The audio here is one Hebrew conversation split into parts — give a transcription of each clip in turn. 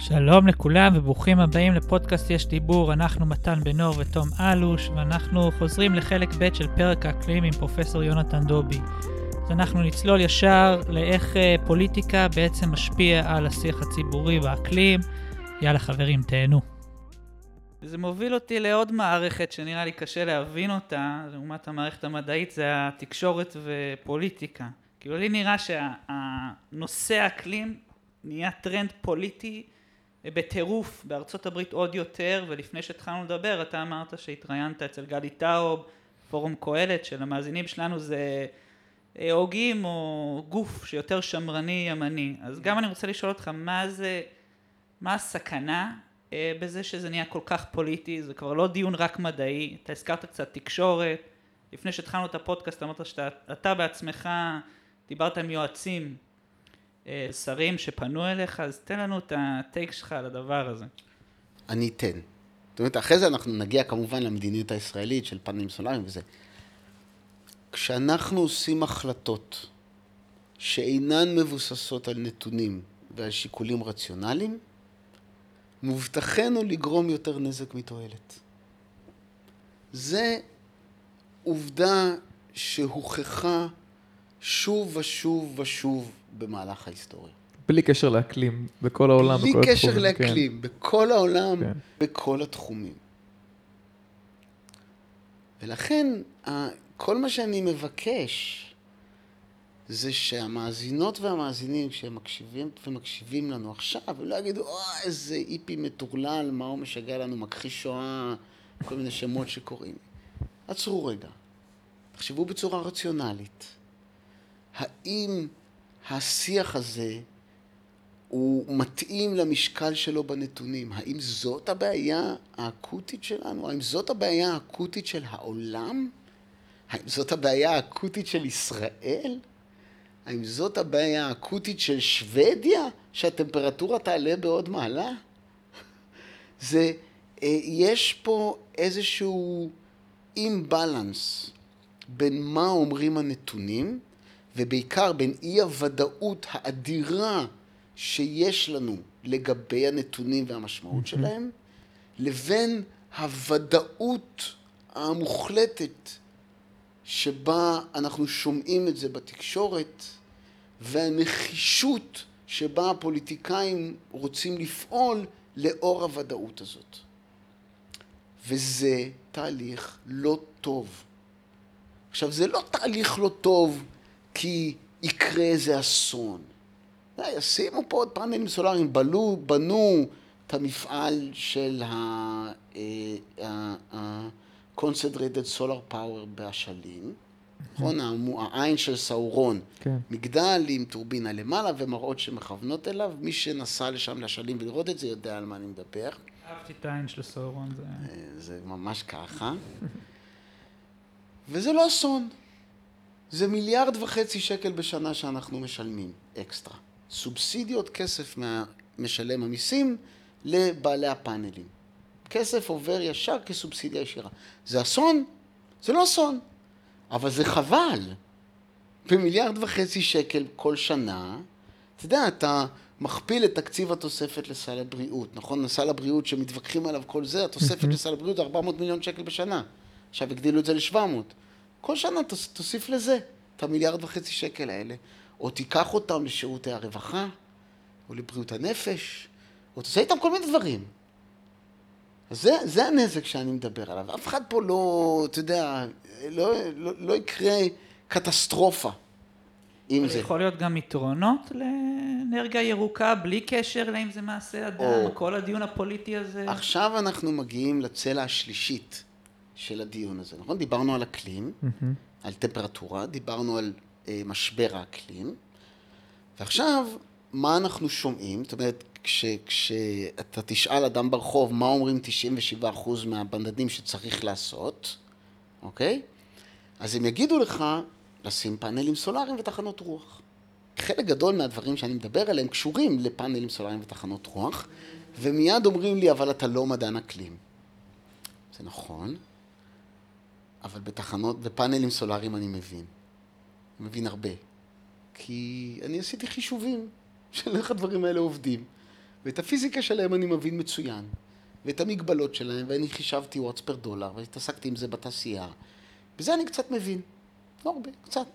שלום לכולם וברוכים הבאים לפודקאסט יש דיבור. אנחנו מתן בנור ותום אלוש, ואנחנו חוזרים לחלק ב' של פרק האקלים עם פרופסור יונתן דובי. אז אנחנו נצלול ישר לאיך פוליטיקה בעצם משפיע על השיח הציבורי באקלים. יאללה חברים, תהנו. זה מוביל אותי לעוד מערכת שנראה לי קשה להבין אותה, לעומת המערכת המדעית, זה התקשורת ופוליטיקה. כאילו לי נראה שהנושא האקלים נהיה טרנד פוליטי בטירוף, בארצות הברית עוד יותר, ולפני שהתחלנו לדבר, אתה אמרת שהתראיינת אצל גדי טאוב, פורום קהלת, שלמאזינים שלנו זה הוגים או גוף שיותר שמרני ימני. אז גם אני רוצה לשאול אותך, מה הסכנה בזה שזה נהיה כל כך פוליטי? זה כבר לא דיון רק מדעי, אתה הזכרת קצת תקשורת, לפני שהתחלנו את הפודקאסט אמרת שאתה בעצמך דיברת עם יועצים, שרים שפנו אליך, אז תן לנו את הטייק שלך על הדבר הזה. אני אתן. זאת אומרת, אחרי זה אנחנו נגיע כמובן למדיניות הישראלית של פאנלים סולריים וזה. כשאנחנו עושים החלטות שאינן מבוססות על נתונים ועל שיקולים רציונליים, מובטחנו לגרום יותר נזק מתועלת. זה עובדה שהוכחה שוב ושוב ושוב במהלך ההיסטוריה. בלי קשר לאקלים, בכל העולם, בלי בכל התחומים. קשר לאקלים, כן. בכל העולם, כן. בכל התחומים. ולכן, כל מה שאני מבקש, זה שהמאזינות והמאזינים, כשהם מקשיבים לנו עכשיו, הם לא יגידו, איזה איפי מטורלל, מה הוא משגע לנו, מכחיש שואה, כל מיני שמות שקוראים. עצרו רגע. תחשבו בצורה רציונלית. האם השיח הזה הוא מתאים למשקל שלו בנתונים? האם זאת הבעיה האקוטית שלנו? האם זאת הבעיה האקוטית של העולם? האם זאת הבעיה האקוטית של ישראל? האם זאת הבעיה האקוטית של שוודיה, שהטמפרטורה תעלה בעוד מעלה? יש פה איזשהו אימבלנס בין מה אומרים הנתונים, ובעיקר בין אי הוודאות האדירה שיש לנו לגבי הנתונים והמשמעות שלהם, לבין הוודאות המוחלטת שבה אנחנו שומעים את זה בתקשורת, והנחישות שבה הפוליטיקאים רוצים לפעול לאור הוודאות הזאת. וזה תהליך לא טוב. עכשיו, זה לא תהליך לא טוב כי יקרה איזה אסון. ישימו פה עוד פאנלים סולריים, בנו את המפעל של ה-Concentrated Solar Power באשלים, נכון? העין של סאורון, כן. מגדל עם טורבינה למעלה ומראות שמכוונות אליו, מי שנסע לשם לאשלים ולראות את זה יודע על מה אני מדבר. אהבתי את העין של סאורון. זה ממש ככה. וזה לא אסון. זה 1.5 מיליארד שקל בשנה שאנחנו משלמים אקסטרה. סובסידיות, כסף משלם המיסים לבעלי הפאנלים. כסף עובר ישר כסובסידיה ישירה. זה אסון? זה לא אסון. אבל זה חבל. ב1.5 מיליארד שקל כל שנה, אתה יודע, אתה מכפיל את תקציב התוספת לסל הבריאות, נכון? לסל הבריאות שמתווכחים עליו כל זה, התוספת לסל הבריאות 400 מיליון שקל בשנה. עכשיו הגדילו את זה ל-700. כל שנה תוסיף לזה את ה1.5 מיליארד שקל האלה, או תיקח אותם לשירותי הרווחה, או לבריאות הנפש, או תעשה איתם כל מיני דברים. אז זה הנזק שאני מדבר עליו. אף אחד פה לא, אתה יודע, לא יקרה קטסטרופה עם זה. יכול להיות גם יתרונות לאנרגיה ירוקה, בלי קשר לאם זה מעשה אדם, כל הדיון הפוליטי הזה. עכשיו אנחנו מגיעים לצלע השלישית של הדיון הזה, נכון? דיברנו על אקלים, על טמפרטורה, דיברנו על משבר האקלים, ועכשיו מה אנחנו שומעים? זאת אומרת, כשאתה תשאל אדם ברחוב מה אומרים 97% מהבנדדים שצריך לעשות, אוקיי? אז הם יגידו לך לשים פאנלים סולריים ותחנות רוח. חלק גדול מהדברים שאני מדבר עליהם קשורים לפאנלים סולריים ותחנות רוח, ומיד אומרים לי, אבל אתה לא מדען אקלים. זה נכון, אבל בפאנלים סולריים אני מבין הרבה. כי אני עשיתי חישובים של איך הדברים האלה עובדים. ואת הפיזיקה שלהם אני מבין מצוין. ואת המגבלות שלהם, ואני חישבתי וואטס פר דולר, והתעסקתי עם זה בתעשייה. בזה אני קצת מבין. לא הרבה, קצת.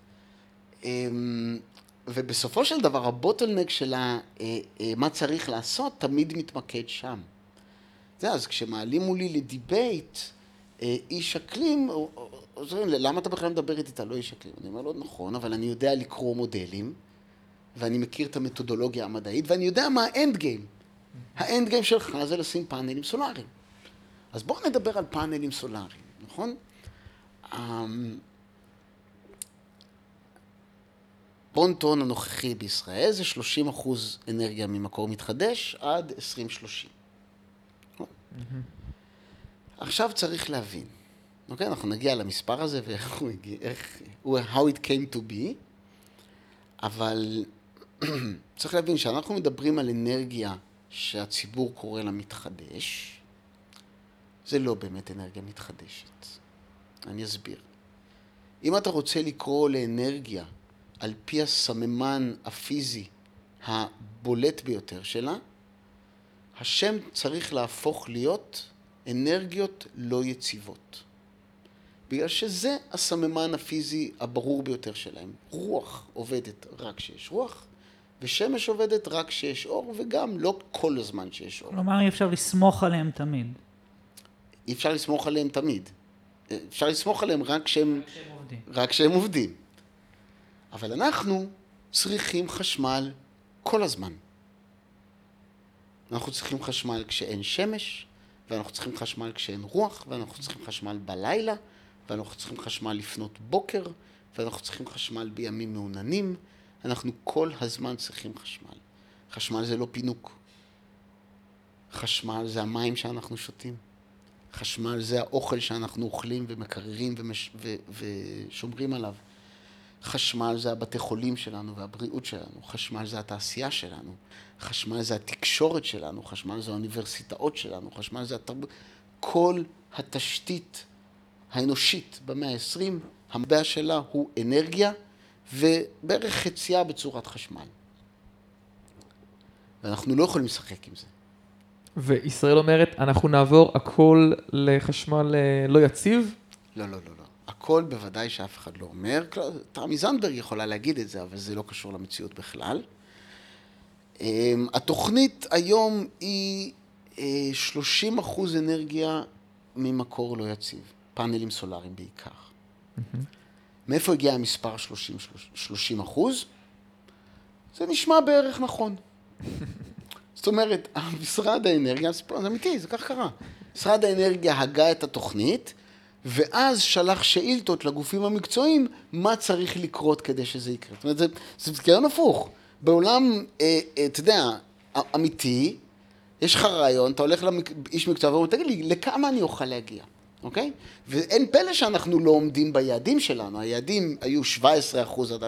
ובסופו של דבר, הבוטלנק שלה, מה צריך לעשות, תמיד מתמקד שם. אז כשמעלים מולי לדיבייט, איש אקלים, אומרים, למה אתה בכלל מדבר איתי? אתה לא איש אקלים. אני אומר לו, נכון, אבל אני יודע לקרוא מודלים, ואני מכיר את המתודולוגיה המדעית, ואני יודע מה האנד גיים. האנד גיים שלך זה לשים פאנלים סולאריים. אז בואו נדבר על פאנלים סולאריים, נכון? בון-טון הנוכחי בישראל זה 30% אנרגיה ממקור מתחדש עד 2030. עכשיו צריך להבין. אוקיי, אנחנו נגיע למספר הזה ואיך הוא הגיע, how it came to be, אבל צריך להבין שאנחנו מדברים על אנרגיה שהציבור קורא לה מתחדש, זה לא באמת אנרגיה מתחדשת. אני אסביר. אם אתה רוצה לקרוא לאנרגיה על פי הסממן הפיזי הבולט ביותר שלה, השם צריך להפוך להיות אנרגיות לא יציבות. בגלל שזה הסממן הפיזי הברור ביותר שלהם. רוח עובדת רק כשיש רוח, ושמש עובדת רק כשיש אור, וגם לא כל הזמן שיש אור. כלומר, אי אפשר לסמוך עליהם תמיד. אי אפשר לסמוך עליהם תמיד. אפשר לסמוך עליהם רק כשהם עובדים. אבל אנחנו צריכים חשמל כל הזמן. אנחנו צריכים חשמל כשאין שמש, ואנחנו צריכים חשמל כשאין רוח, ואנחנו צריכים חשמל בלילה, ואנחנו צריכים חשמל לפנות בוקר, ואנחנו צריכים חשמל בימים מעוננים. אנחנו כל הזמן צריכים חשמל. חשמל זה לא פינוק. חשמל זה המים שאנחנו שותים. חשמל זה האוכל שאנחנו אוכלים ומקררים ושומרים עליו. חשמל זה הבתי חולים שלנו והבריאות שלנו. חשמל זה התעשייה שלנו. חשמל זה התקשורת שלנו. חשמל זה האוניברסיטאות שלנו. חשמל זה התרבות. כל התשתית האנושית במאה ה-20, המטבע שלה הוא אנרגיה ובערך חצייה בצורת חשמל. ואנחנו לא יכולים לשחק עם זה. וישראל אומרת, אנחנו נעבור הכל לחשמל לא יציב? לא, לא, לא, לא. הכל בוודאי שאף אחד לא אומר. תמי זנדברג יכולה להגיד את זה, אבל זה לא קשור למציאות בכלל. התוכנית היום היא 30% אנרגיה ממקור לא יציב. פאנלים סולאריים בעיקר. מאיפה הגיע המספר 30%? זה נשמע בערך נכון. זאת אומרת, משרד האנרגיה, זה אמיתי, זה כך קרה. משרד האנרגיה הגה את התוכנית, ואז שלח שאילתות לגופים המקצועיים, מה צריך לקרות כדי שזה יקרה. זאת אומרת, זה כיוון הפוך. בעולם, אתה יודע, אמיתי, יש לך רעיון, אתה הולך לאיש מקצוע ואומר, תגיד לי, לכמה אני אוכל להגיע? אוקיי? ואין פלא שאנחנו לא עומדים ביעדים שלנו. היעדים היו 17% עד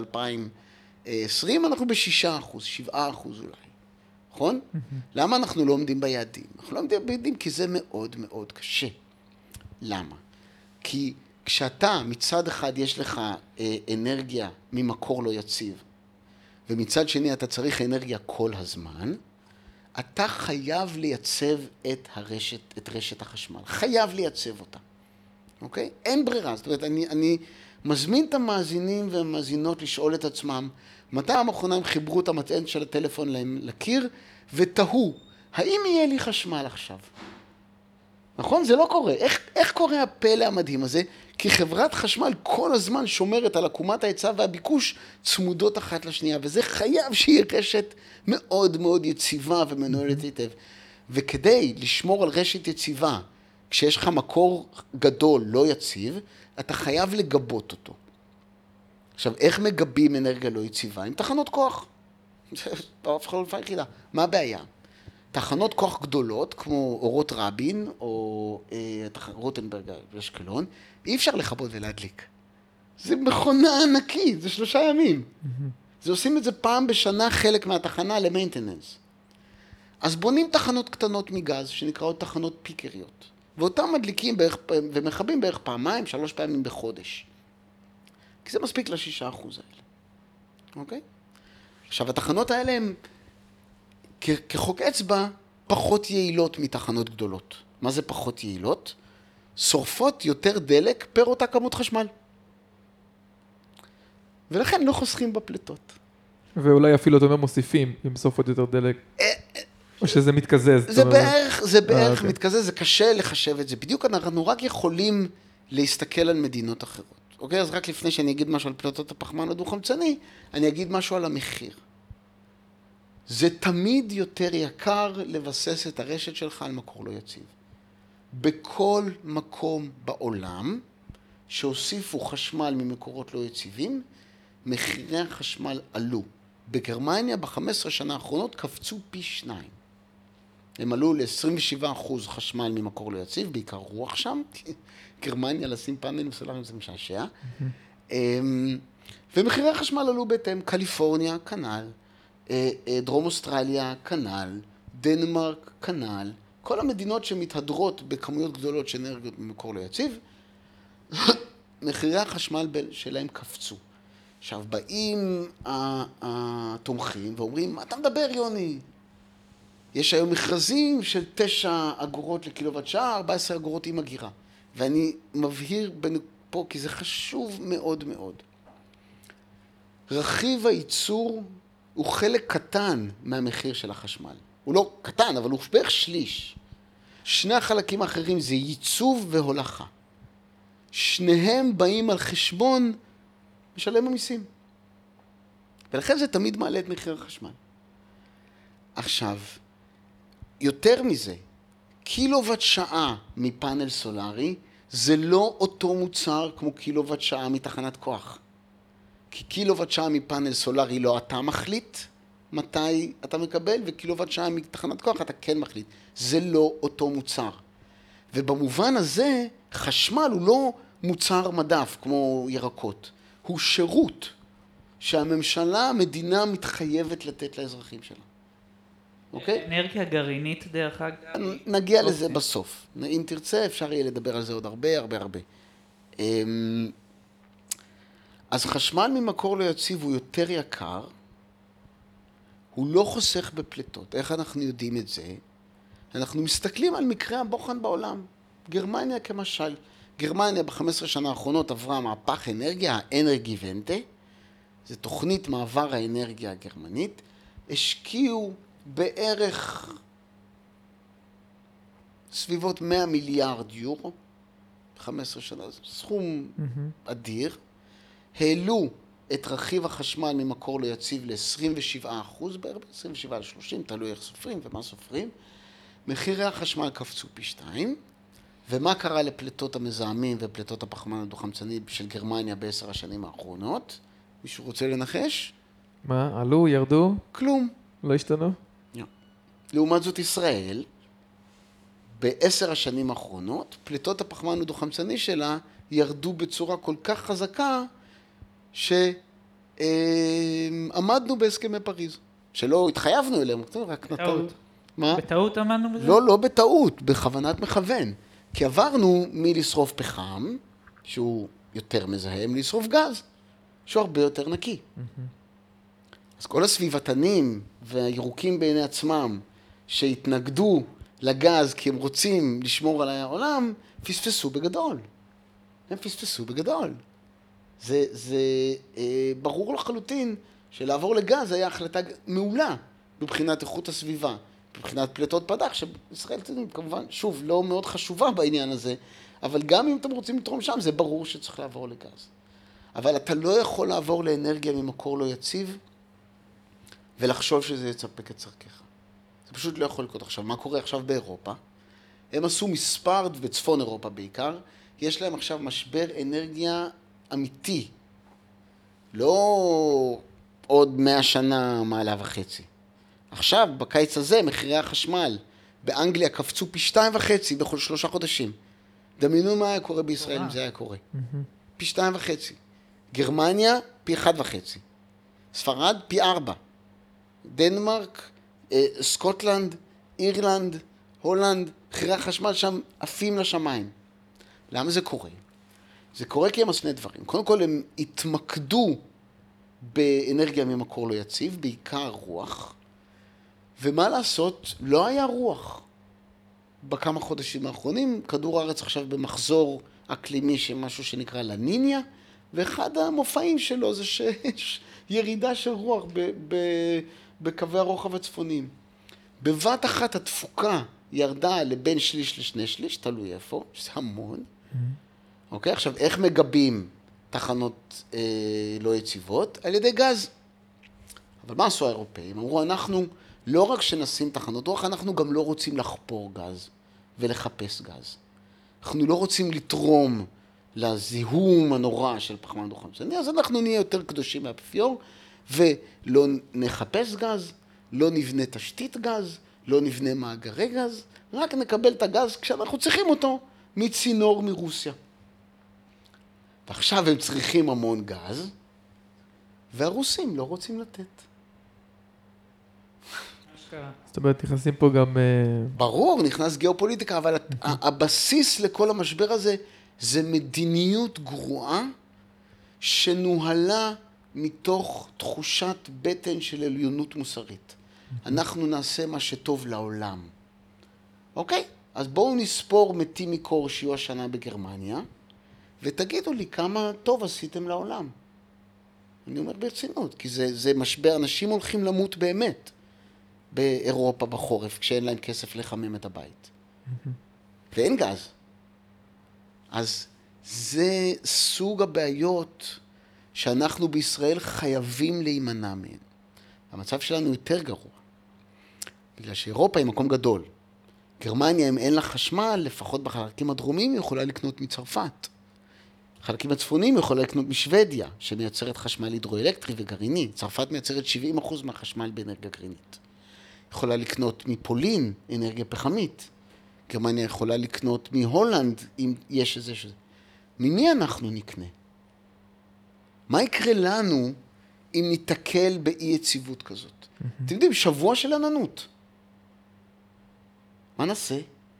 2020, אנחנו ב6%, 7% אולי. נכון? למה אנחנו לא עומדים ביעדים? אנחנו לא עומדים ביעדים כי זה מאוד מאוד קשה. למה? כי כשאתה מצד אחד יש לך אנרגיה ממקור לא יציב, ומצד שני אתה צריך אנרגיה כל הזמן, אתה חייב לייצב את רשת החשמל. חייב לייצב אותה. אוקיי? אין ברירה. זאת אומרת, אני מזמין את המאזינים והמאזינות לשאול את עצמם, מתי המכונה הם חיברו את המטען של הטלפון להם לקיר, ותהו, האם יהיה לי חשמל עכשיו? נכון? זה לא קורה. איך קורה הפלא המדהים הזה? כי חברת חשמל כל הזמן שומרת על עקומת ההיצע והביקוש צמודות אחת לשנייה, וזה חייב שיהיה רשת מאוד מאוד יציבה ומנוהלת היטב. וכדי לשמור על רשת יציבה, כשיש לך מקור גדול לא יציב, אתה חייב לגבות אותו. עכשיו, איך מגבים אנרגיה לא יציבה? עם תחנות כוח. זה אף חלופה יחידה. מה הבעיה? תחנות כוח גדולות, כמו אורות רבין, או רוטנברג ואשקלון, אי אפשר לכבות ולהדליק. זה מכונה ענקית, זה 3 ימים. זה עושים את זה פעם בשנה חלק מהתחנה למיינטננס. אז בונים תחנות קטנות מגז, שנקראות תחנות פיקריות. ואותם מדליקים ומכבים בערך 2-3 פעמים בחודש. כי זה מספיק ל6% האלה. אוקיי? עכשיו, התחנות האלה הן כחוק אצבע, פחות יעילות מתחנות גדולות. מה זה פחות יעילות? שורפות יותר דלק פר אותה כמות חשמל. ולכן לא חוסכים בפלטות. ואולי אפילו אתה אומר מוסיפים, אם שורפות יותר דלק. או שזה מתקזז. זה בערך מתקזז, זה קשה לחשב את זה. בדיוק אנחנו רק יכולים להסתכל על מדינות אחרות. אוקיי? אז רק לפני שאני אגיד משהו על פלטות הפחמן הדו-חמצני, אני אגיד משהו על המחיר. זה תמיד יותר יקר לבסס את הרשת שלך על מקור לא יציב. בכל מקום בעולם שהוסיפו חשמל ממקורות לא יציבים, מחירי החשמל עלו. בגרמניה ב-15 שנה האחרונות קפצו פי 2. הם עלו ל-27% חשמל ממקור לא יציב, בעיקר רוח שם. גרמניה לשים פאנלים סולריים זה משעשע. ומחירי החשמל עלו בהתאם. קליפורניה, כנ"ל. דרום אוסטרליה, כנ"ל. דנמרק, כנ"ל. כל המדינות שמתהדרות בכמויות גדולות של אנרגיות ממקור לא יציב, מחירי החשמל שלהם קפצו. עכשיו, באים התומכים ואומרים, מה אתה מדבר, יוני? יש היום מכרזים של 9 אגורות לקילוואט שעה, 14 אגורות עם הגירה. ואני מבהיר פה, כי זה חשוב מאוד מאוד. רכיב הייצור הוא חלק קטן מהמחיר של החשמל. הוא לא קטן, אבל הוא בערך שליש. שני החלקים האחרים זה ייצוב והולכה. שניהם באים על חשבון משלם המיסים. ולכן זה תמיד מעלה את מחיר החשמל. עכשיו, יותר מזה, קילוואט שעה מפאנל סולרי, זה לא אותו מוצר כמו קילוואט שעה מתחנת כוח. כי קילוואט שעה מפאנל סולרי לא אתה מחליט מתי אתה מקבל, וקילוואט שעה מתחנת כוח אתה כן מחליט. זה לא אותו מוצר. ובמובן הזה, חשמל הוא לא מוצר מדף כמו ירקות. הוא שירות שהממשלה, המדינה מתחייבת לתת לאזרחים שלה. אוקיי? אנרגיה גרעינית דרך אגב. נגיע לזה בסוף. אם תרצה, אפשר יהיה לדבר על זה עוד הרבה. אז חשמל ממקור לא יציב הוא יותר יקר, הוא לא חוסך בפלטות. איך אנחנו יודעים את זה? אנחנו מסתכלים על מקרה הבוחן בעולם. גרמניה כמשל. גרמניה ב-15 שנה האחרונות עברה מהפך אנרגיה, האנרגיוונטה. זו תוכנית מעבר האנרגיה הגרמנית. השקיעו בערך סביבות 100 מיליארד יורו. 15 שנה, זה סכום אדיר. העלו את רכיב החשמל ממקור לא יציב ל-27%, בערך 27-30, תלוי איך סופרים ומה סופרים. מחירי החשמל קפצו פי 2, ומה קרה לפלטות המזהמים ופלטות הפחמן הדו-חמצני של גרמניה ב10 השנים האחרונות? מישהו רוצה לנחש? מה? עלו, ירדו? כלום. לא השתנו? לא. לעומת זאת ישראל, ב10 השנים האחרונות, פלטות הפחמן הדו-חמצני שלה ירדו בצורה כל כך חזקה, שעמדנו בהסכמי פריז, שלא התחייבנו אליהם, רק נתנו. מה? בטעות עמדנו בזה? לא בטעות, בכוונת מכוון. כי עברנו מלשרוף פחם, שהוא יותר מזהם, לשרוף גז, שהוא הרבה יותר נקי. אז כל הסביבתנים והירוקים בעיני עצמם, שהתנגדו לגז כי הם רוצים לשמור על העולם, פספסו בגדול. הם פספסו בגדול. זה ברור לחלוטין שלעבור לגז היה החלטה מעולה מבחינת איכות הסביבה, מבחינת פליטות פדח, שישראל כמובן, שוב, לא מאוד חשובה בעניין הזה, אבל גם אם אתם רוצים לתרום שם, זה ברור שצריך לעבור לגז. אבל אתה לא יכול לעבור לאנרגיה ממקור לא יציב, ולחשוב שזה יצפק את צרכך. זה פשוט לא יכול לקרות עכשיו. מה קורה עכשיו באירופה? הם עשו מספר, בצפון אירופה בעיקר, יש להם עכשיו משבר אנרגיה אמיתי. לא עוד 100 שנה מעלה וחצי. עכשיו, בקיץ הזה, מחירי החשמל באנגליה קפצו פי 2.5 בכל 3 חודשים. דמיינו מה היה קורה בישראל אם זה היה קורה. פי 2.5. גרמניה, פי 1.5. ספרד, פי 4. דנמרק, סקוטלנד, אירלנד, הולנד, מחירי החשמל שם עפים לשמיים. למה זה קורה? זה קורה כי הם עשו שני דברים. קודם כל הם התמקדו באנרגיה ממקור לא יציב, בעיקר רוח, ומה לעשות? לא היה רוח. בכמה חודשים האחרונים, כדור הארץ עכשיו במחזור אקלימי שמשהו שנקרא לניניה, ואחד המופעים שלו זה שיש ירידה של רוח בקווי הרוחב הצפוניים. בבת אחת התפוקה ירדה לבין שליש לשני שליש, תלוי איפה, שזה המון. אוקיי, עכשיו איך מגבים תחנות לא יציבות? על ידי גז. אבל מה עשו האירופאים? אמרו, אנחנו לא רק שנשים תחנות רוח, אנחנו גם לא רוצים לחפור גז ולחפש גז. אנחנו לא רוצים לתרום לזיהום הנורא של פחמן דו-חמצני, אז אנחנו נהיה יותר קדושים מהאפיפיור, ולא נחפש גז, לא נבנה תשתית גז, לא נבנה מאגרי גז, רק נקבל את הגז כשאנחנו צריכים אותו מצינור מרוסיה. ועכשיו הם צריכים המון גז, והרוסים לא רוצים לתת. זאת אומרת, נכנסים פה גם... ברור, נכנס גיאופוליטיקה, אבל הבסיס לכל המשבר הזה זה מדיניות גרועה שנוהלה מתוך תחושת בטן של עליונות מוסרית. אנחנו נעשה מה שטוב לעולם. אוקיי? אז בואו נספור מתים מקור שיהיו השנה בגרמניה, ותגידו לי כמה טוב עשיתם לעולם. אני אומר ברצינות, כי זה משבר, אנשים הולכים למות באמת באירופה בחורף, כשאין להם כסף לחמם את הבית. ואין גז. אז זה סוג הבעיות שאנחנו בישראל חייבים להימנע מהן. המצב שלנו יותר גרוע. בגלל שאירופה היא מקום גדול. גרמניה, אם אין לה חשמל, לפחות בחלקים הדרומיים, היא יכולה לקנות מצרפת. החלקים הצפוניים יכולה לקנות משוודיה, שמייצרת חשמל הידרואלקטרי וגרעיני. צרפת מייצרת 70% מהחשמל באנרגיה גרעינית. יכולה לקנות מפולין אנרגיה פחמית. גרמניה יכולה לקנות מהולנד, אם יש איזה שזה. ממי אנחנו נקנה? מה יקרה לנו אם ניתקל באי יציבות כזאת? אתם יודעים, שבוע של עננות. מה נעשה?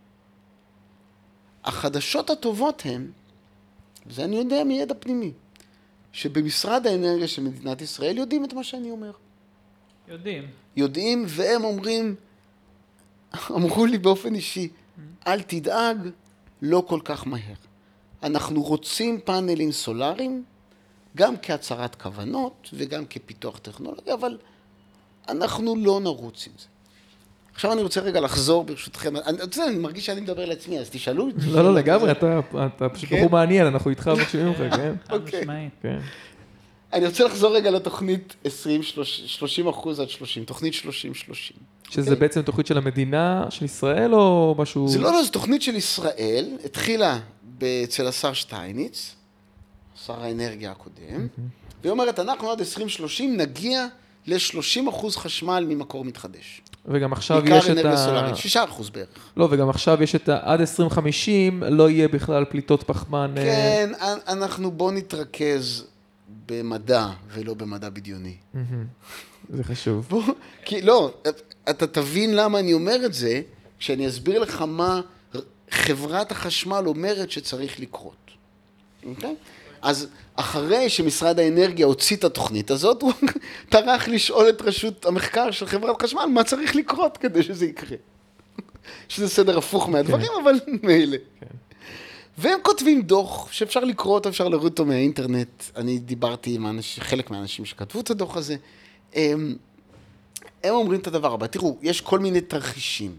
החדשות הטובות הן, וזה אני יודע מידע פנימי, שבמשרד האנרגיה של מדינת ישראל יודעים את מה שאני אומר. יודעים, והם אומרים, אמרו לי באופן אישי, אל תדאג, לא כל כך מהר. אנחנו רוצים פאנלים סולאריים, גם כהצהרת כוונות וגם כפיתוח טכנולוגיה, אבל אנחנו לא נרוץ עם זה. עכשיו אני רוצה רגע לחזור ברשותכם, אני מרגיש שאני מדבר לעצמי, אז תשאלו. לא, לגמרי, אתה פשוט בחור מעניין, אנחנו איתך מקשיבים לך, כן? משמעית. אני רוצה לחזור רגע לתוכנית 20-30% עד 30, תוכנית 30-30. שזה בעצם תוכנית של המדינה, של ישראל, או משהו... זה לא, זו תוכנית של ישראל, התחילה אצל השר שטייניץ, שר האנרגיה הקודם, והיא אומרת, אנחנו עד 2030 נגיע ל-30% חשמל ממקור מתחדש. וגם עכשיו יש את בעיקר אנרגיה סולארית, 6% בערך. לא, וגם עכשיו יש את עד 2050, לא יהיה בכלל פליטות פחמן. כן, אנחנו בוא נתרכז במדע ולא במדע בדיוני. זה חשוב. כי לא, אתה תבין למה אני אומר את זה, כשאני אסביר לך מה חברת החשמל אומרת שצריך לקרות. אוקיי? אז אחרי שמשרד האנרגיה הוציא את התוכנית הזאת, הוא טרח לשאול את רשות המחקר של חברת חשמל מה צריך לקרות כדי שזה יקרה. שזה סדר הפוך מהדברים, אבל מאלה. והם כותבים דוח שאפשר לקרוא אותו, אפשר לראות אותו מהאינטרנט. אני דיברתי עם חלק מהאנשים שכתבו את הדוח הזה. הם אומרים את הדבר הבא, תראו, יש כל מיני תרחישים.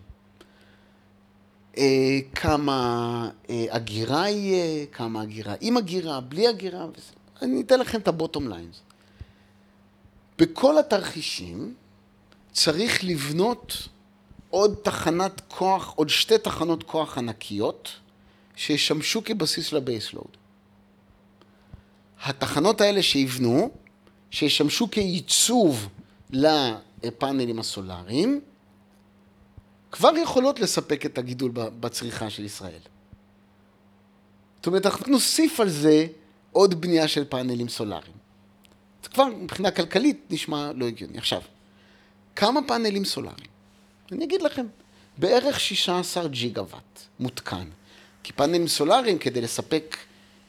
כמה הגירה יהיה, כמה הגירה עם הגירה, בלי הגירה, אני אתן לכם את הבוטום ליינס. בכל התרחישים צריך לבנות עוד תחנת כוח, עוד 2 תחנות כוח ענקיות, שישמשו כבסיס לבייסלוד. התחנות האלה שיבנו, שישמשו כייצוב לפאנלים הסולאריים, כבר יכולות לספק את הגידול בצריכה של ישראל. זאת אומרת, אנחנו נוסיף על זה עוד בנייה של פאנלים סולאריים. זה כבר מבחינה כלכלית נשמע לא הגיוני. עכשיו, כמה פאנלים סולאריים? אני אגיד לכם, בערך 16 ג'יגוואט מותקן. כי פאנלים סולאריים כדי לספק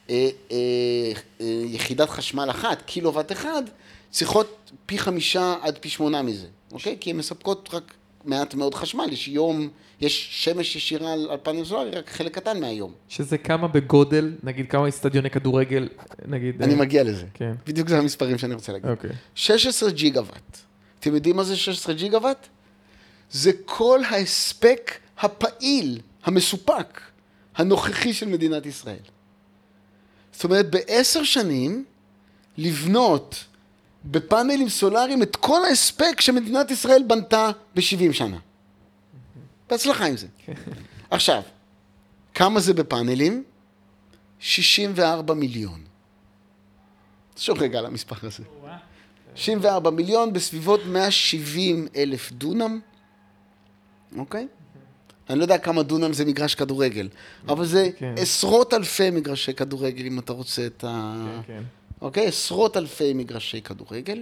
יחידת חשמל אחת, קילוואט אחד, צריכות פי 5 עד פי 8 מזה, אוקיי? כי הן מספקות רק מעט מאוד חשמל, יש שמש ישירה על פאנל סולארי, רק חלק קטן מהיום. שזה כמה בגודל, נגיד כמה אצטדיוני כדורגל, נגיד... אני מגיע לזה. כן. בדיוק זה המספרים שאני רוצה להגיד. אוקיי. 16 ג'יגוואט. אתם יודעים מה זה 16 ג'יגוואט? זה כל ההספק הפעיל, המסופק, הנוכחי של מדינת ישראל. זאת אומרת, ב10 שנים, לבנות בפאנלים סולאריים את כל ההספק שמדינת ישראל בנתה ב70 שנה. בהצלחה עם זה. עכשיו, כמה זה בפאנלים? 64 מיליון. שוב רגע על המספר הזה. 64 מיליון בסביבות 170 אלף דונם. אוקיי? אני לא יודע כמה דונם זה מגרש כדורגל, אבל זה עשרות אלפי מגרשי כדורגל, אם אתה רוצה את ה... אוקיי? עשרות אלפי מגרשי כדורגל.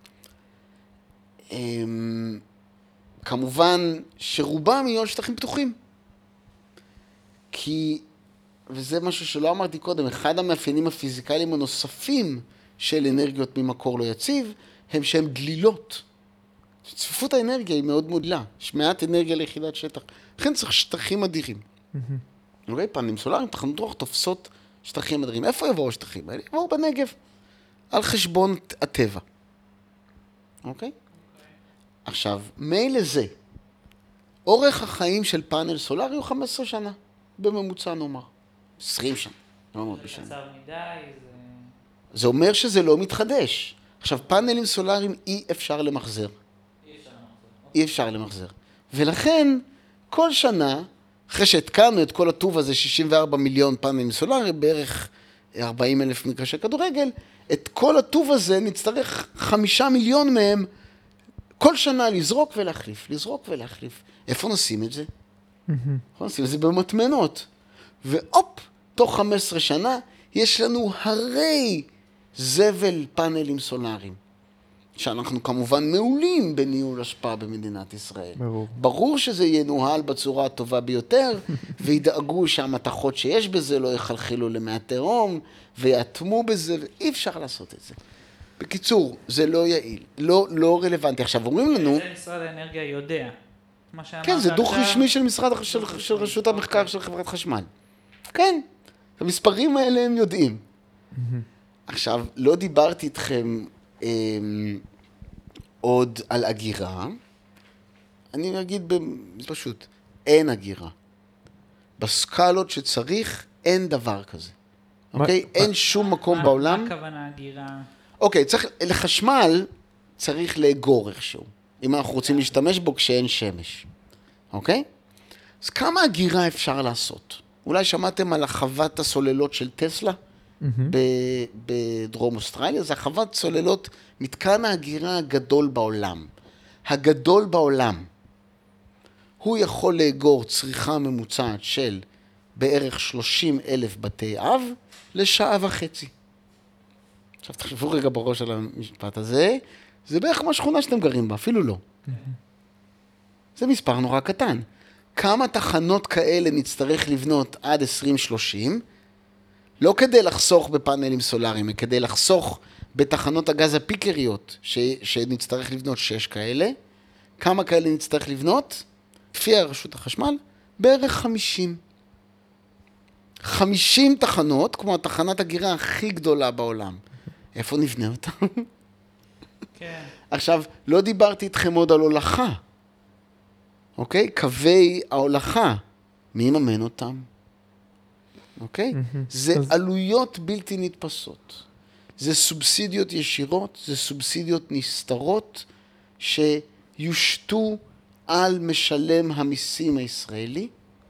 כמובן שרובם יהיו על שטחים פתוחים. כי, וזה משהו שלא אמרתי קודם, אחד המאפיינים הפיזיקליים הנוספים של אנרגיות ממקור לא יציב, הם שהן דלילות. צפיפות האנרגיה היא מאוד מודלה. יש מעט אנרגיה ליחידת שטח. לכן צריך שטחים אדירים. אוקיי? פאנלים סולאריים, תחנות רוח תופסות שטחים אדירים. איפה יבואו השטחים האלה? יבואו בנגב. על חשבון הטבע. אוקיי? עכשיו, מילא זה, אורך החיים של פאנל סולארי הוא 15 שנה, בממוצע נאמר. 20 שנה, לא מאוד בשנה. זה קצר מדי, זה אומר שזה לא מתחדש. עכשיו, פאנלים סולאריים אי אפשר למחזר. אי אפשר למחזר. ולכן, כל שנה, אחרי שהתקנו את כל הטוב הזה, 64 מיליון פאנלים סולאריים, בערך 40 אלף מגרשי כדורגל, את כל הטוב הזה נצטרך 5 מיליון מהם כל שנה לזרוק ולהחליף, לזרוק ולהחליף. איפה נשים את זה? איפה נשים את זה? במטמנות. ואופ, תוך 15 שנה, יש לנו הרי זבל פאנלים סולאריים. שאנחנו כמובן מעולים בניהול השפעה במדינת ישראל. ברור שזה ינוהל בצורה הטובה ביותר, וידאגו שהמתכות שיש בזה לא יחלחלו למי תהום, ויאטמו בזה, ואי אפשר לעשות את זה. בקיצור, זה לא יעיל, לא רלוונטי. עכשיו, אומרים לנו... זה משרד האנרגיה יודע. כן, זה דוח רשמי של רשות המחקר של חברת חשמל. כן, המספרים האלה הם יודעים. עכשיו, לא דיברתי איתכם עוד על אגירה. אני אגיד פשוט, אין אגירה. בסקלות שצריך, אין דבר כזה. אוקיי? אין שום מקום בעולם. מה הכוונה אגירה? אוקיי, לחשמל צריך לאגור איכשהו. אם אנחנו רוצים להשתמש בו כשאין שמש. אוקיי? אז כמה אגירה אפשר לעשות? אולי שמעתם על החוות הסוללות של טסלה? בדרום אוסטרליה, זה החוות סוללות, מתקן האגירה הגדול בעולם. הגדול בעולם. הוא יכול לאגור צריכה ממוצעת של בערך 30,000 בתי אב לשעה וחצי. עכשיו תחשבו רגע בראש על המשפט הזה, זה בערך כמו השכונה שאתם גרים בה, אפילו לא. זה מספר נורא קטן. כמה תחנות כאלה נצטרך לבנות עד 2030, לא כדי לחסוך בפאנלים סולאריים, כדי לחסוך בתחנות הגז הפיקריות שנצטרך לבנות 6 כאלה. כמה כאלה נצטרך לבנות? לפי רשות החשמל, בערך 50. 50 תחנות, כמו התחנת הגירה הכי גדולה בעולם. איפה נבנה אותה? כן. עכשיו, לא דיברתי איתכם עוד על הולכה. אוקיי? קווי ההולכה. מי יממן אותם? אוקיי? זה עלויות בלתי נתפסות. זה סובסידיות ישירות, זה סובסידיות נסתרות, שיושתו על משלם המיסים הישראלי,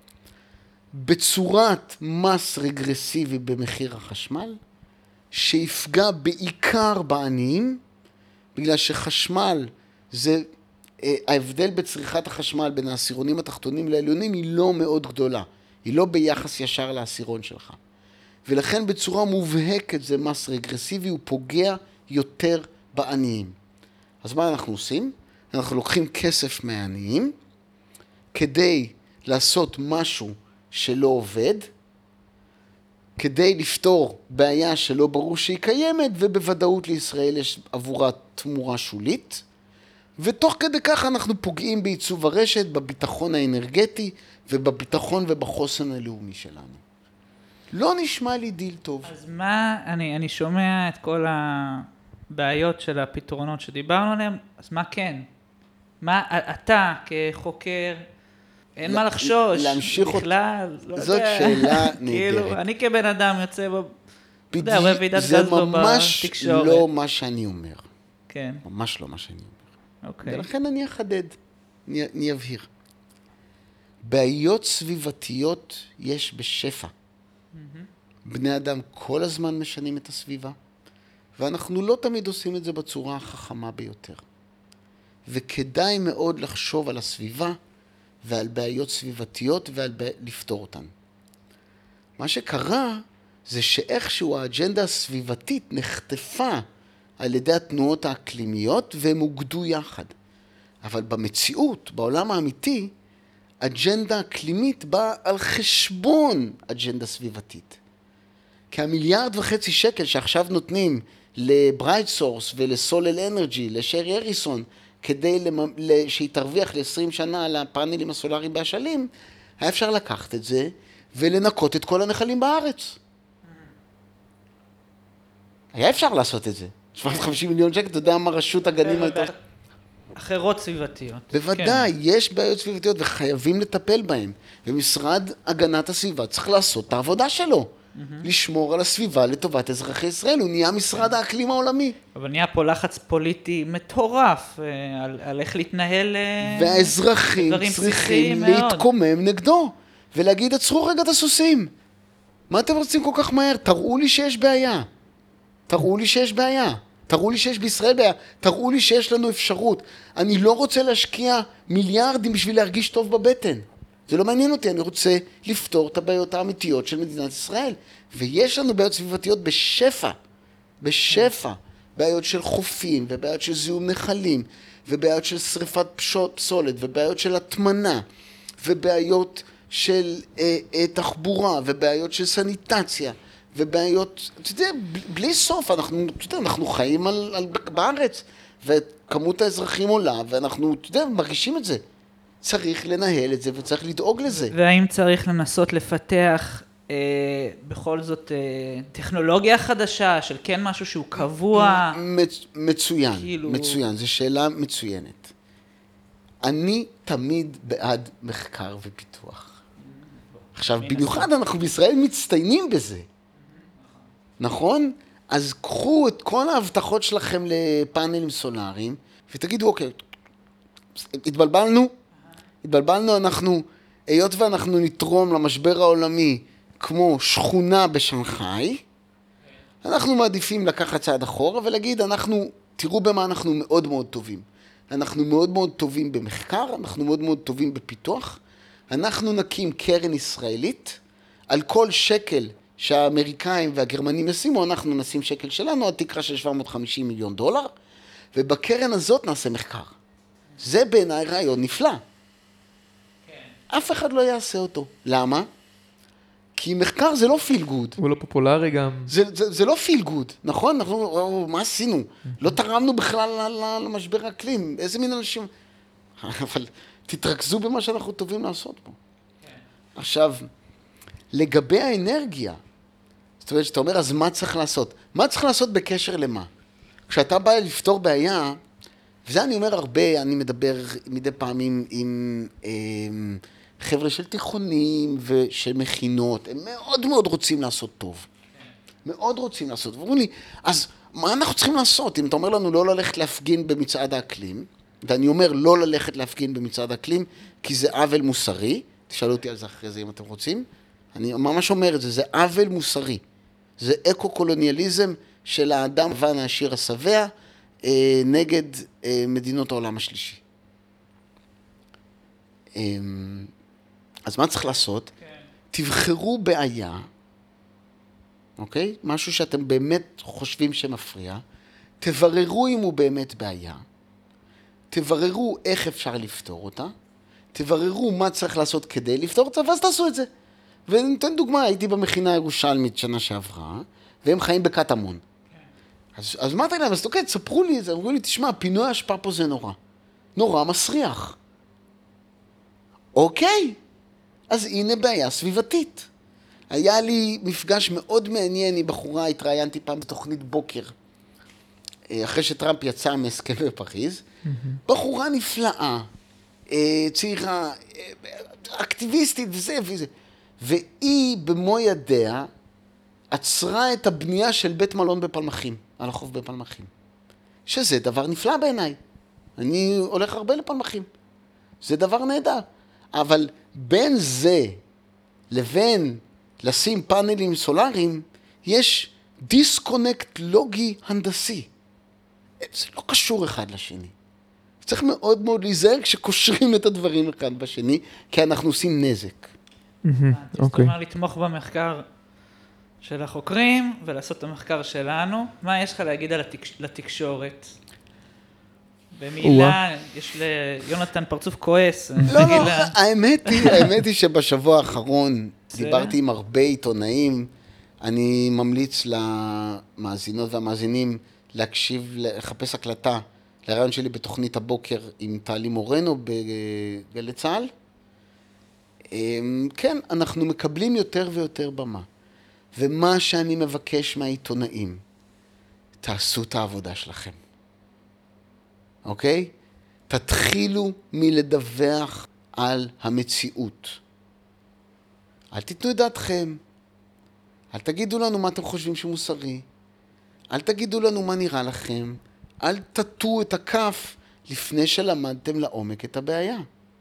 בצורת מס רגרסיבי במחיר החשמל, שיפגע בעיקר בעניים, בגלל שחשמל זה, ההבדל בצריכת החשמל בין העשירונים התחתונים לעליונים היא לא מאוד גדולה. היא לא ביחס ישר לעשירון שלך. ולכן בצורה מובהקת זה מס רגרסיבי, הוא פוגע יותר בעניים. אז מה אנחנו עושים? אנחנו לוקחים כסף מהעניים, כדי לעשות משהו שלא עובד, כדי לפתור בעיה שלא ברור שהיא קיימת, ובוודאות לישראל יש עבורה תמורה שולית, ותוך כדי כך אנחנו פוגעים בעיצוב הרשת, בביטחון האנרגטי, ובביטחון ובחוסן הלאומי שלנו. לא נשמע לי דיל טוב. אז מה, אני שומע את כל הבעיות של הפתרונות שדיברנו עליהם, אז מה כן? מה אתה כחוקר, אין מה לחשוש, להמשיך בכלל, לא יודע. זאת שאלה כאילו, נהדרת. אני כבן אדם יוצא בוועידת זה גלזגו ממש בתקשורת. לא מה שאני אומר. כן, ממש לא מה שאני אומר. אוקיי. ולכן אני אחדד, אני אבהיר. בעיות סביבתיות יש בשפע. בני אדם כל הזמן משנים את הסביבה, ואנחנו לא תמיד עושים את זה בצורה החכמה ביותר. וכדאי מאוד לחשוב על הסביבה ועל בעיות סביבתיות ועל לפתור אותן. מה שקרה זה שאיכשהו האג'נדה הסביבתית נחטפה על ידי התנועות האקלימיות והם הוגדו יחד. אבל במציאות, בעולם האמיתי, אג'נדה אקלימית באה על חשבון אג'נדה סביבתית. כי $1.5 מיליארד שקל שעכשיו נותנים לברייט סורס ולסולל אנרג'י, לשרי אריסון, כדי שהיא תרוויח ל-20 שנה על הפאנלים הסולריים באשלים, היה אפשר לקחת את זה ולנקות את כל הנחלים בארץ. היה אפשר לעשות את זה. 750 מיליון שקל, אתה יודע מה רשות הגנים הייתה? אחרות סביבתיות. בוודאי, יש בעיות סביבתיות וחייבים לטפל בהן. ומשרד הגנת הסביבה צריך לעשות את העבודה שלו. לשמור על הסביבה לטובת אזרחי ישראל. הוא נהיה משרד האקלים העולמי. אבל נהיה פה לחץ פוליטי מטורף על איך להתנהל והאזרחים צריכים להתקומם נגדו. ולהגיד, עצרו רגע את הסוסים. מה אתם רוצים כל כך מהר? תראו לי שיש בעיה. תראו לי שיש בעיה. תראו לי שיש בישראל בעיה. תראו לי שיש לנו אפשרות. אני לא רוצה להשקיע מיליארדים בשביל להרגיש טוב בבטן. זה לא מעניין אותי, אני רוצה לפתור את הבעיות האמיתיות של מדינת ישראל. ויש לנו בעיות סביבתיות בשפע. בשפע. בעיות של חופים, ובעיות של זיהום נחלים, ובעיות של שריפת פסולת, ובעיות של הטמנה, ובעיות של תחבורה, ובעיות של סניטציה, ובעיות, אתה יודע, בלי סוף, אנחנו חיים בארץ, וכמות האזרחים עולה, ואנחנו, אתה יודע, מרגישים את זה. צריך לנהל את זה וצריך לדאוג לזה. והאם צריך לנסות לפתח בכל זאת טכנולוגיה חדשה של כן משהו שהוא קבוע? מצוין, כאילו... מצוין, זו שאלה מצוינת. אני תמיד בעד מחקר ופיתוח. עכשיו, במיוחד אנחנו בישראל מצטיינים בזה. נכון? אז קחו את כל ההבטחות שלכם לפאנלים סולאריים, ותגידו, אוקיי, התבלבלנו, אנחנו, היות ואנחנו נתרום למשבר העולמי כמו שכונה בשנגחאי, אנחנו מעדיפים לקחת צעד אחורה ולהגיד, תראו במה אנחנו מאוד מאוד טובים. אנחנו מאוד מאוד טובים במחקר, אנחנו מאוד מאוד טובים בפיתוח, אנחנו נקים קרן ישראלית, על כל שקל שהאמריקאים והגרמנים ישימו, אנחנו נשים שקל שלנו, עד תקרה של $750 מיליון, ובקרן הזאת נעשה מחקר. זה בעיניי רעיון נפלא. אף אחד לא יעשה אותו. למה? כי מחקר זה לא פיל גוד. הוא לא פופולרי גם. זה לא פיל גוד, נכון? מה עשינו? לא תרמנו בכלל למשבר האקלים. איזה מין אנשים? אבל תתרכזו במה שאנחנו טובים לעשות פה. עכשיו, לגבי האנרגיה, זאת אומרת, שאתה אומר, אז מה צריך לעשות? מה צריך לעשות בקשר למה? כשאתה בא לפתור בעיה, וזה אני אומר הרבה, אני מדבר מדי פעמים עם חבר'ה של תיכונים ושל מכינות, הם מאוד מאוד רוצים לעשות טוב. מאוד רוצים לעשות. ואומרים לי, אז מה אנחנו צריכים לעשות? אם אתה אומר לנו לא ללכת להפגין במצעד האקלים, ואני אומר לא ללכת להפגין במצעד האקלים, כי זה עוול מוסרי, תשאלו אותי על זה אחרי זה אם אתם רוצים, אני ממש אומר את זה, זה עוול מוסרי. זה אקו-קולוניאליזם של האדם הלבן העשיר השבע, נגד מדינות העולם השלישי. אז מה צריך לעשות? תבחרו בעיה, אוקיי? משהו שאתם באמת חושבים שמפריע, תבררו אם הוא באמת בעיה, תבררו איך אפשר לפתור אותה, תבררו מה צריך לעשות כדי לפתור אותה, ואז תעשו את זה. וניתן דוגמה, הייתי במכינה הירושלמית שנה שעברה, והם חיים בקטמון. אז אמרתי להם, אז אוקיי, תספרו לי את זה, אמרו לי, תשמע, פינוי האשפה פה זה נורא. נורא מסריח. אוקיי, אז הנה בעיה סביבתית. היה לי מפגש מאוד מעניין עם בחורה, התראיינתי פעם בתוכנית בוקר, אחרי שטראמפ יצא מהסכם בפריז, בחורה נפלאה, צעירה, אקטיביסטית וזה וזה, והיא במו ידיה עצרה את הבנייה של בית מלון בפלמחים, על החוף בפלמחים, שזה דבר נפלא בעיניי. אני הולך הרבה לפלמחים, זה דבר נהדר, אבל בין זה לבין לשים פאנלים סולאריים, יש דיסקונקט לוגי הנדסי. זה לא קשור אחד לשני. צריך מאוד מאוד להיזהר כשקושרים את הדברים אחד בשני, כי אנחנו עושים נזק. זאת אומרת, לתמוך במחקר של החוקרים ולעשות את המחקר שלנו. מה יש לך להגיד על לתקשורת? במילה, יש ליונתן פרצוף כועס. לא, האמת היא שבשבוע האחרון דיברתי עם הרבה עיתונאים. אני ממליץ למאזינות והמאזינים להקשיב, לחפש הקלטה לרעיון שלי בתוכנית הבוקר עם טלי מורנו בגלי צה"ל. כן, אנחנו מקבלים יותר ויותר במה. ומה שאני מבקש מהעיתונאים, תעשו את העבודה שלכם. אוקיי? תתחילו מלדווח על המציאות. אל תיתנו את דעתכם. אל תגידו לנו מה אתם חושבים שמוסרי. אל תגידו לנו מה נראה לכם. אל תטו את הכף לפני שלמדתם לעומק את הבעיה.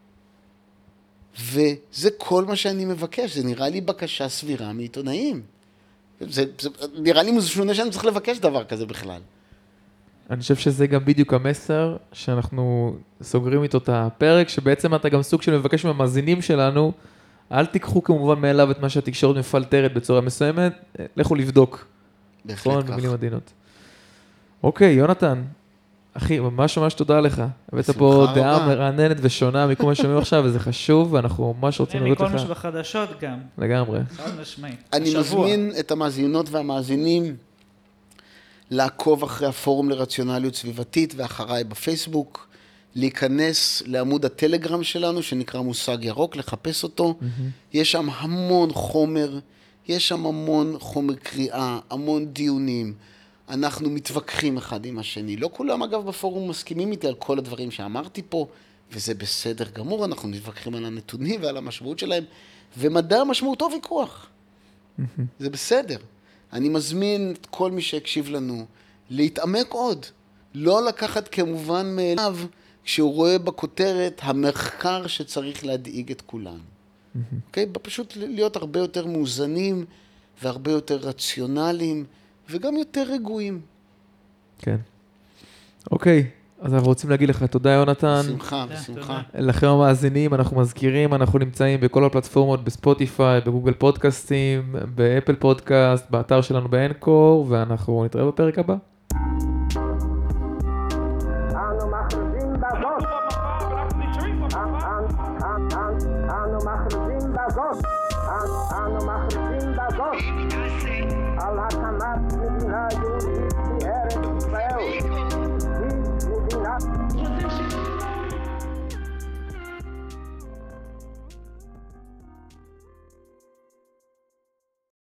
וזה כל מה שאני מבקש. זה נראה לי בקשה סבירה מעיתונאים. זה נראה לי מוזשונה שאני צריך לבקש דבר כזה בכלל. אני חושב שזה גם בדיוק המסר שאנחנו סוגרים איתו את הפרק, שבעצם אתה גם סוג של מבקש מהמאזינים שלנו, אל תיקחו כמובן מאליו את מה שהתקשורת מפלטרת בצורה מסוימת, לכו לבדוק. בהחלט כך. במילים עדינות. אוקיי, יונתן, אחי, ממש ממש תודה לך. הבאת פה דעה מרעננת ושונה מכל מה שומעים עכשיו, וזה חשוב, ואנחנו ממש רוצים לראות לך. מכל מה שבחדשות גם. לגמרי. אני מזמין את המאזינות והמאזינים לעקוב אחרי הפורום לרציונליות סביבתית ואחריי בפייסבוק, להיכנס לעמוד הטלגרם שלנו שנקרא מושג ירוק, לחפש אותו. יש שם המון חומר, יש שם המון חומר קריאה, המון דיונים. אנחנו מתווכחים אחד עם השני. לא כולם אגב בפורום מסכימים איתי על כל הדברים שאמרתי פה, וזה בסדר גמור, אנחנו מתווכחים על הנתונים ועל המשמעות שלהם, ומדע משמעותו ויכוח. זה בסדר. אני מזמין את כל מי שהקשיב לנו להתעמק עוד, לא לקחת כמובן מאליו כשהוא רואה בכותרת המחקר שצריך להדאיג את כולנו. אוקיי? פשוט להיות הרבה יותר מאוזנים והרבה יותר רציונליים וגם יותר רגועים. כן. אוקיי, אז אנחנו רוצים להגיד לך תודה יונתן. בשמחה, בשמחה. לכם המאזינים, אנחנו מזכירים, אנחנו נמצאים בכל הפלטפורמות, בספוטיפיי, בגוגל פודקאסטים, באפל פודקאסט, באתר שלנו באנקור, ואנחנו נתראה בפרק הבא. אנו מכריזים בזאת על הקמת